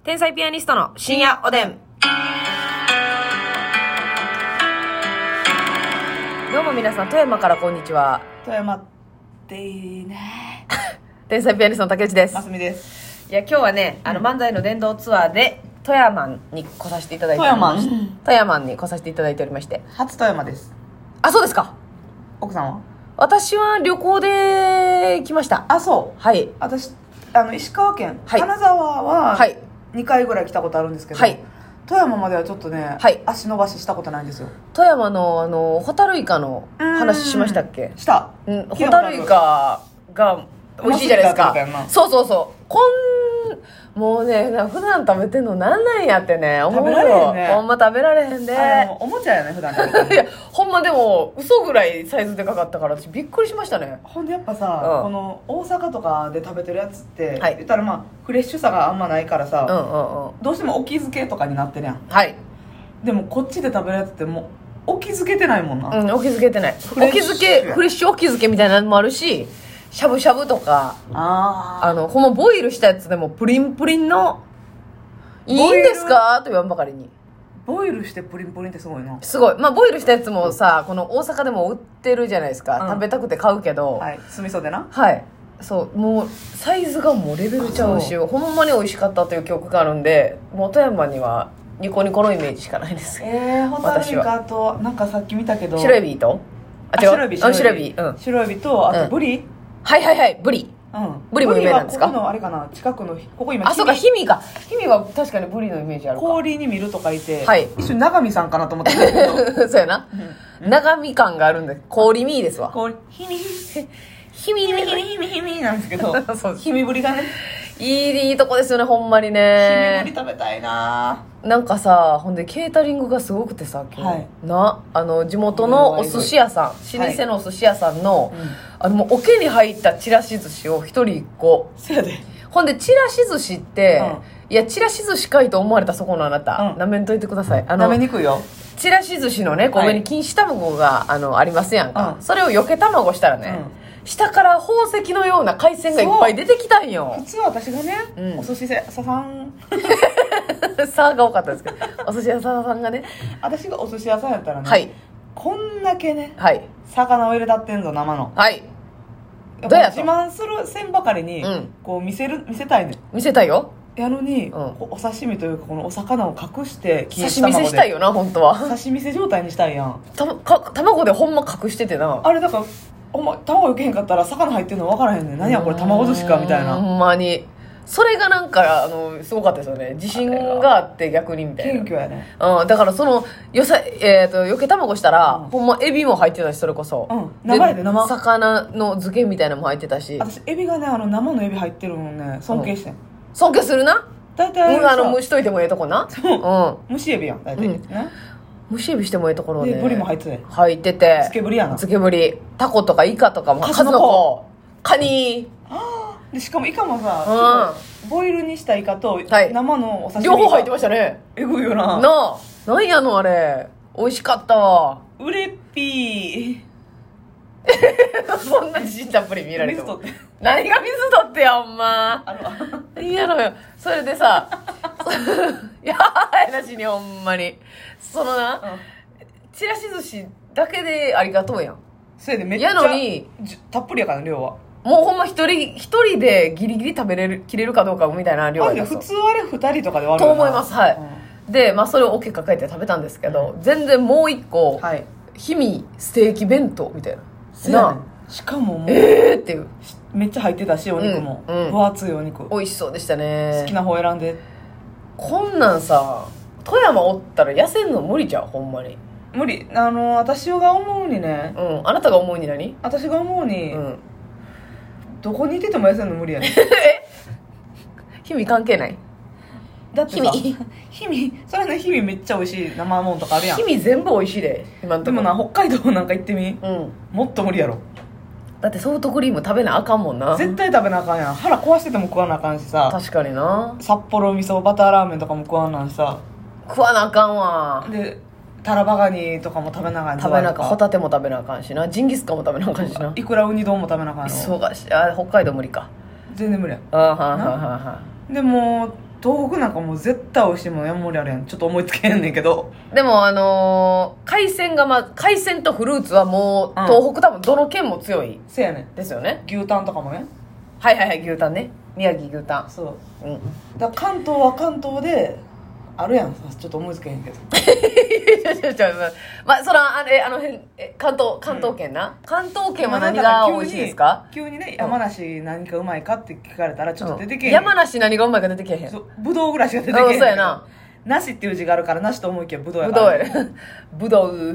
天才ピアニストの深夜おでん。どうも皆さん、富山からこんにちは。 富山っていいね。 天才ピアニストの竹内です。 ますみです。 いや、今日はね、漫才の電動ツアーで富山に来させていただいておりまして、富山に来させていただいておりまして、 初富山です。 あ、そうですか。 奥さんは？ 私は旅行で来ました。 あ、そう。 はい。 私石川県、 はい、 金沢ははい、 2回ぐらい来たことあるんですけど、 はい、 富山まではちょっとね、 はい、 足伸ばししたことないんですよ。 富山のホタルイカの話しましたっけ？ した。 ホタルイカが美味しいじゃないですか。そうそうそう。もうね、普段食べてんのなんなんやってね、思うよ。 食べられへんね。 ほんま食べられへんで。 おもちゃやね、普段食べてんの。 いや、ほんまでも、嘘ぐらいサイズでかかったから私びっくりしましたね。 ほんでやっぱさ、この大阪とかで食べてるやつって、言ったらまあ、フレッシュさがあんまないからさ、どうしても沖漬けとかになってるやん。はい。でもこっちで食べるやつってもう、沖漬けてないもんな。 沖漬けてない。沖漬け、フレッシュ沖漬けみたいなのもあるし、しゃぶしゃぶとか、ほんまボイルしたやつでもプリンプリンの、いいんですかと言わんばかりに。 ボイルしてプリンプリンってすごいな。 すごい。まあボイルしたやつもさ、この大阪でも売ってるじゃないですか。食べたくて買うけど。 はい。酢味噌でな。 はい。そう。もう、サイズがもうレベルちゃうし、ほんまに美味しかったという記憶があるんで、もう富山にはニコニコのイメージしかないです。 ホタルイカと、なんかさっき見たけど。 白エビと白エビ。 白エビ。 白エビと、あとブリ。 はいはいはい、ブリ。ブリも有名なんですか？ ここのあれかな、近くの、ここ今、 あ、そうか、氷見か。氷見は確かにブリのイメージあるか。 氷に見るとかいて、はい、一瞬長見さんかなと思ったんだけど。 そうやな。長見感があるんで、氷見ですわ。 氷見なんですけど、氷見ぶりがね。 いいとこですよね、ほんまにね。 氷見ぶり食べたいな。 なんかさ、ほんでケータリングがすごくてさ、今日、地元のお寿司屋さん、老舗のお寿司屋さんの、もう桶に入ったちらし寿司を一人一個。 そうやで。 ほんでちらし寿司って、いやちらし寿司かいと思われたそこのあなた、なめんといてください。 なめにくいよ。 ちらし寿司のね、上に錦糸卵がありますやんか。それをよけ卵したらね、下から宝石のような海鮮がいっぱい出てきたんよ。 普通は私がね、お寿司屋さんさが多かったですけど、お寿司屋さんがね、 私がお寿司屋さんやったらね、こんだけね、魚を入れたってんぞ、生の。どうや自慢するせんばかりに、こう見せたいね。 見せたいよ。 やのに、お刺身というかこのお魚を隠して刺身せしたいよな、本当は。 刺身せ状態にしたいやん。 卵でほんま隠しててな。 あれだからほんま卵よけへんかったら魚入ってるの分からへんねん。何やこれ卵寿司かみたいな。 ほんまにそれがなんかすごかったですよね。自信があって逆にみたいな。 謙虚やね。 だからそのよけ卵したら、ほんまエビも入ってたし、それこそ、 生やで、生魚の漬けみたいなのも入ってたし。 私エビがね、生のエビ入ってるのね、尊敬してん。 尊敬するな。 大体蒸しといてもええとこな。 蒸しエビやん大体、 蒸しエビしてもええところね。 ブリも入ってて漬けぶりやな。 漬けぶり、タコとかイカとかも、数の子、カニで、しかもイカもさ、ボイルにしたイカと生のお刺身両方入ってましたね。 えぐいよな。 なんやのあれ、美味しかったわ。 うれっぴー。 そんな自信たっぷり見られても何が水取ってや、ほんま。いいやろよ。それでさ、やばいなしに、ほんまに。そのな、ちらし寿司だけでありがとうやん。 それでめっちゃやのにたっぷりやから、量は。 もうほんま一人でギリギリ食べ切れるかどうかみたいな量やった。 普通あれ2人とかで割ると思います。はい。で、それを桶抱えて食べたんですけど、全然もう一個、氷見ステーキ弁当みたいな。 しかももうっていうめっちゃ入ってたし、お肉も分厚いお肉、 美味しそうでしたね。 好きな方選んで。 こんなんさ、富山おったら痩せんの無理じゃん、ほんまに無理。私が思うにね、 あなたが思うに何？ 私が思うに、どこにいてても痩せんの無理やねん。 氷見関係ない？ だってさ、氷見それね、氷見めっちゃ美味しい生もんとかあるやん。 氷見全部美味しいで、今んとこ。 でもな、北海道なんか行ってみ、もっと無理やろ。 だってソフトクリーム食べなあかんもんな。 絶対食べなあかんやん。腹壊してても食わなあかんしさ。 確かにな。 札幌味噌バターラーメンとかも食わんなんしさ。 食わなあかんわ。 で、タラバガニとかも食べなあかん。 食べなあかん。ホタテも食べなあかんしな。ジンギスカンも食べなあかんしな。 いくらウニ丼も食べなあかんの。 忙しい。北海道無理か。 全然無理や。 はでも東北なんかもう絶対美味しいもの山盛りあるやん。ちょっと思いつけへんねんけど。 でも海鮮海鮮とフルーツはもう、東北多分どの県も強いせやねんですよね。 牛タンとかもね。 はいはいはい、牛タンね。宮城牛タン。 そう、だから関東は関東であるやん。ちょっと思いつけへんけどまあそらあの辺関東圏な、関東圏は何が美味しいですか？ 急にね、山梨何かうまいかって聞かれたらちょっと出てけへん、 山梨何がうまいか出てけへん。 ぶどうぐらいしか出てけへん。 そうやな。 梨っていう字があるから梨と思いきやぶどうやぶから、 どうやぶどう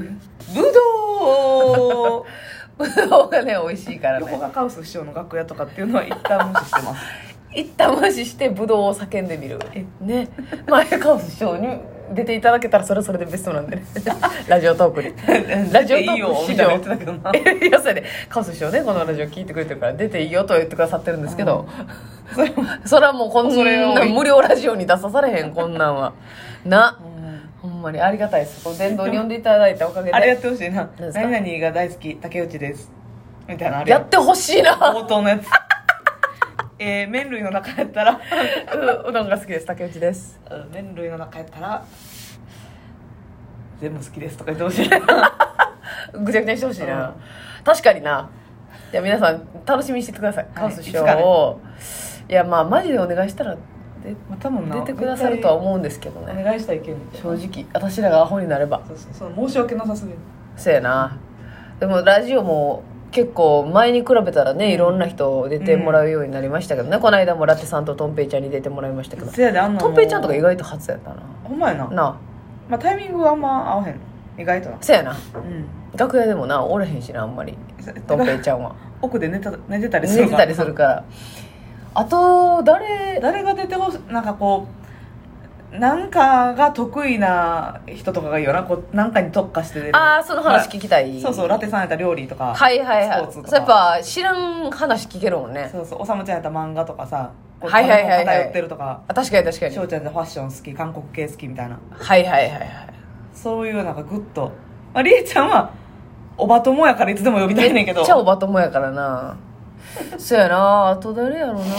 ぶどうがね美味しいからね。 横がカウス師匠の楽屋とかっていうのは一旦無視してます一旦無視してぶどうを叫んでみるね。まあカウス師匠に出ていただけたらそれはそれでベストなんでねラジオトークにラジオトーク師匠言ってたけどないやそれでカウス師匠ねこのラジオ聞いてくれてるから出ていいよと言ってくださってるんですけど、それはもうこんな無料ラジオに出さされへんこんなんはな、ほんまにありがたいです。この電動に呼んでいただいたおかげであれやってほしいな。何々が大好き竹内ですみたいなあれやってほしいな。 冒頭のやつ麺類の中やったらうどんが好きです竹内です。 麺類の中やったら全部好きですとか言ってほしいなぐちゃぐちゃにしてほしいな、確かにな。いや皆さん楽しみにしててください、カウス師匠を。いやまあマジでお願いしたら出てくださるとは思うんですけどね。 お願いしたらいけんねん正直私らがアホになれば。 そう申し訳なさすぎる。 そうやな。でもラジオも結構前に比べたらねいろんな人出てもらうようになりましたけどね、この間もラテさんとトンペイちゃんに出てもらいましたけど、トンペイちゃんとか意外と初やったな。 ほんまやな。まあタイミングはあんま合わへん意外とな。 そうやな、楽屋でもなおれへんしなあんまりトンペイちゃんは奥で寝てたりするからあと誰が出てほしい。なんかこうなんかが得意な人とかがいいよな。こうなんかに特化して出る。 その話聞きたい。 そうラテさんやったら料理とかスポーツとか。 やっぱ知らん話聞けるもんね。 おさむちゃんやったら漫画とかさ、 偏ってるとか。 確かにしょうちゃんやったらファッション好き、韓国系好きみたいな。そういうなんかグッと。りえちゃんはおば友やからいつでも呼びたいねんけど。 めっちゃおば友やからなそうやな。あと誰やろな。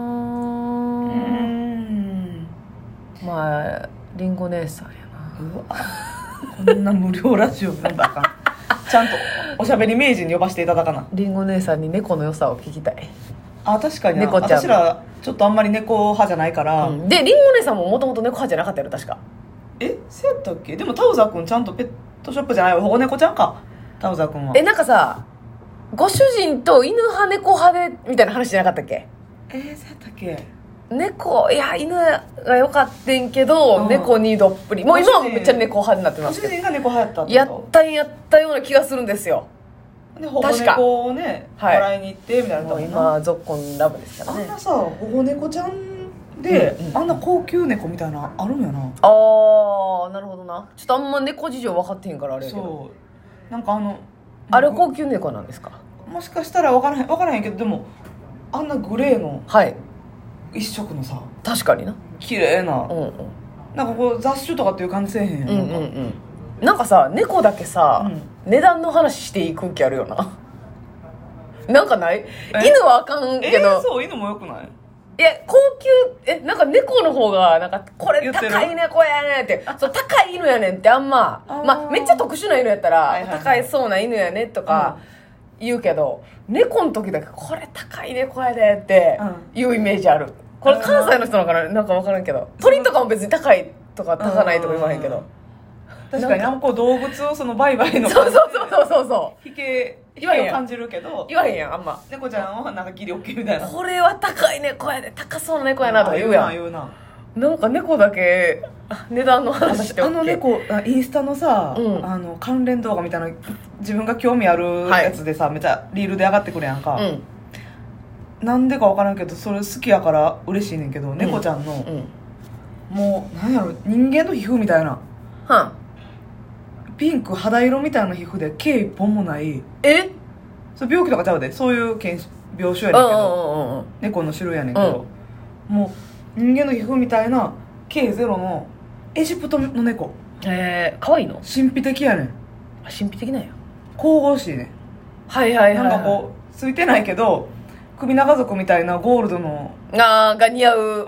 まありんご姉さんやな。 うわこんな無料ラジオなんだあかんちゃんとおしゃべり名人に呼ばせていただかな。 りんご姉さんに猫の良さを聞きたい。 確かに猫ちゃん。 私らちょっとあんまり猫派じゃないから、 でりんご姉さんももともと猫派じゃなかったよ確か。 そうやったっけ。でもタウザー君ちゃんとペットショップじゃない保護猫ちゃんか。タウザー君はなんかさご主人と犬派猫派でみたいな話じゃなかったっけ。 そうやったっけ。 猫いや犬が良かってんけど、猫にどっぷり。もう今はめっちゃ猫派になってますけど。 ご主人が猫派やったような気がするんですよ。 で保護猫をねもらいに行ってみたいな。 もう今ゾッコンラブですからね。 あんなさ保護猫ちゃんで、あんな高級猫みたいなあるんやな。 なるほどな。ちょっとあんま猫事情分かってへんからあれやけど。 そうなんかあれ高級猫なんですか。 もしかしたら分からへんけど、でもあんなグレーの一色のさ、 確かにな綺麗な、なんかこう雑種とかっていう感じせえへんやん。 なんかさ猫だけさ、値段の話していい空気あるよななんかない？犬はあかんけど、 そう犬もよくない？ いや高級なんか猫の方がなんかこれ高い猫やねんってそう高い犬やねんってあんまめっちゃ特殊な犬やったら、高いそうな犬やねとか言うけど、猫の時だけこれ高い猫やでっていうイメージある。これ関西の人なのかな、なんか分からんけど、鳥とかも別に高いとか高ないとか言わへんけど、 確かにこう動物をその売買のそう引けを感じるけど言わへんやんあんま。 猫ちゃんはなんかギリオッケーみたいな、 これは高い猫やで高そうな猫やなとか言うやん。 言うな。 なんか猫だけ値段の話して猫インスタのさ、関連動画みたいな自分が興味あるやつでさ、めっちゃリールで上がってくるやんか、なんでか分からんけどそれ好きやから嬉しいねんけど、猫ちゃんの、もうなんやろ人間の皮膚みたいな、ピンク肌色みたいな皮膚で毛一本もない。それ病気とかちゃうで、そういう病種やねんけど、猫の種類やねんけど、もう人間の皮膚みたいな毛ゼロのエジプトの猫。 かわいいの？ 神秘的やねん。 神秘的なんや。 神々しいね。なんかこうついてないけど首長族みたいなゴールドのが似合う、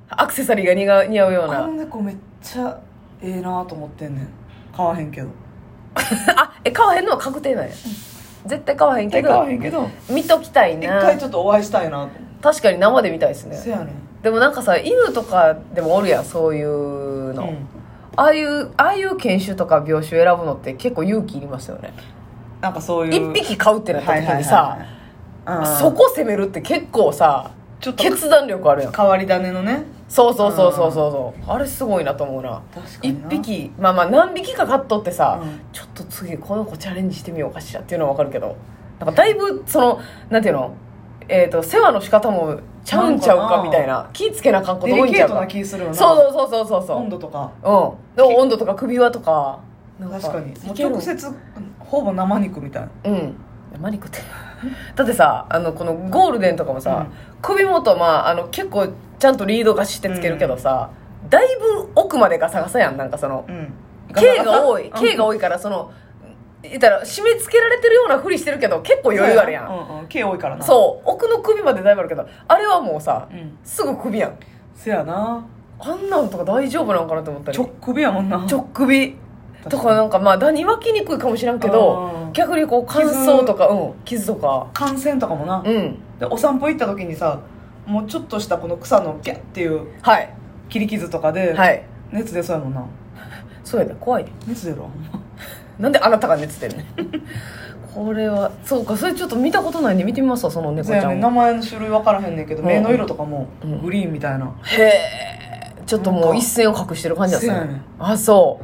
アクセサリーが似合うような。 あの猫めっちゃええなと思ってんねん。買わへんけど。 買わへんのは確定なんや。絶対買わへんけど見ときたいな。 一回ちょっとお会いしたいなと思って。 確かに生で見たいですね。 そうやね。 でもなんかさ、犬とかでもおるやん、そういうの、ああいう犬種とか病種選ぶのって結構勇気いりますよね。 なんかそういう一匹飼うってなった時にさ、そこ攻めるって結構さ、ちょっと決断力あるやん。 変わり種のね。 そうあれすごいなと思うな。一匹まあ何匹か飼っとってさ、ちょっと次この子チャレンジしてみようかしらっていうのは分かるけど、なんかだいぶそのなんていうの、世話の仕方もちゃうんちゃうかみたいな、気ぃつけなあかんこと多いんちゃうか。 デリケートな気するよな。 そう温度とか。 でも温度とか首輪とか。 確かにもう直接ほぼ生肉みたいな。 生肉ってだってさ、このゴールデンとかもさ、首元結構ちゃんとリードがしてつけるけどさ、だいぶ奥までガサガサやん。なんかその、毛が多いから、その言ったら締め付けられてるようなふりしてるけど結構余裕あるやん。 毛多いからな。 そう奥の首までだいぶあるけど、あれはもうさ、すぐ首やん。 せやな。 あんなんとか大丈夫なんかなと思ったり。 直首やもんな。 直首とかなんかダニ湧きにくいかもしらんけど、逆にこう乾燥とか傷とか感染とかもな。でお散歩行った時にさ、もうちょっとしたこの草のギャッっていう切り傷とかで熱出そうやもんな。 そうやで、怖いで。 熱出るわ。 なんであなたが熱出るねこれはそうか、それちょっと見たことないんで見てみますわ、その猫ちゃん。 名前の種類分からへんねんけど、目の色とかもグリーンみたいな。 へえ、ちょっともう一線を隠してる感じだったね。そう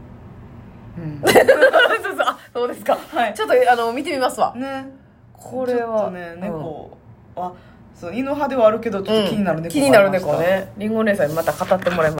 そうですか。ちょっと見てみますわね。これはね、猫はそう犬派ではあるけどちょっと気になる猫。 気になる猫ね。りんご姉さんにまた語ってもらいます。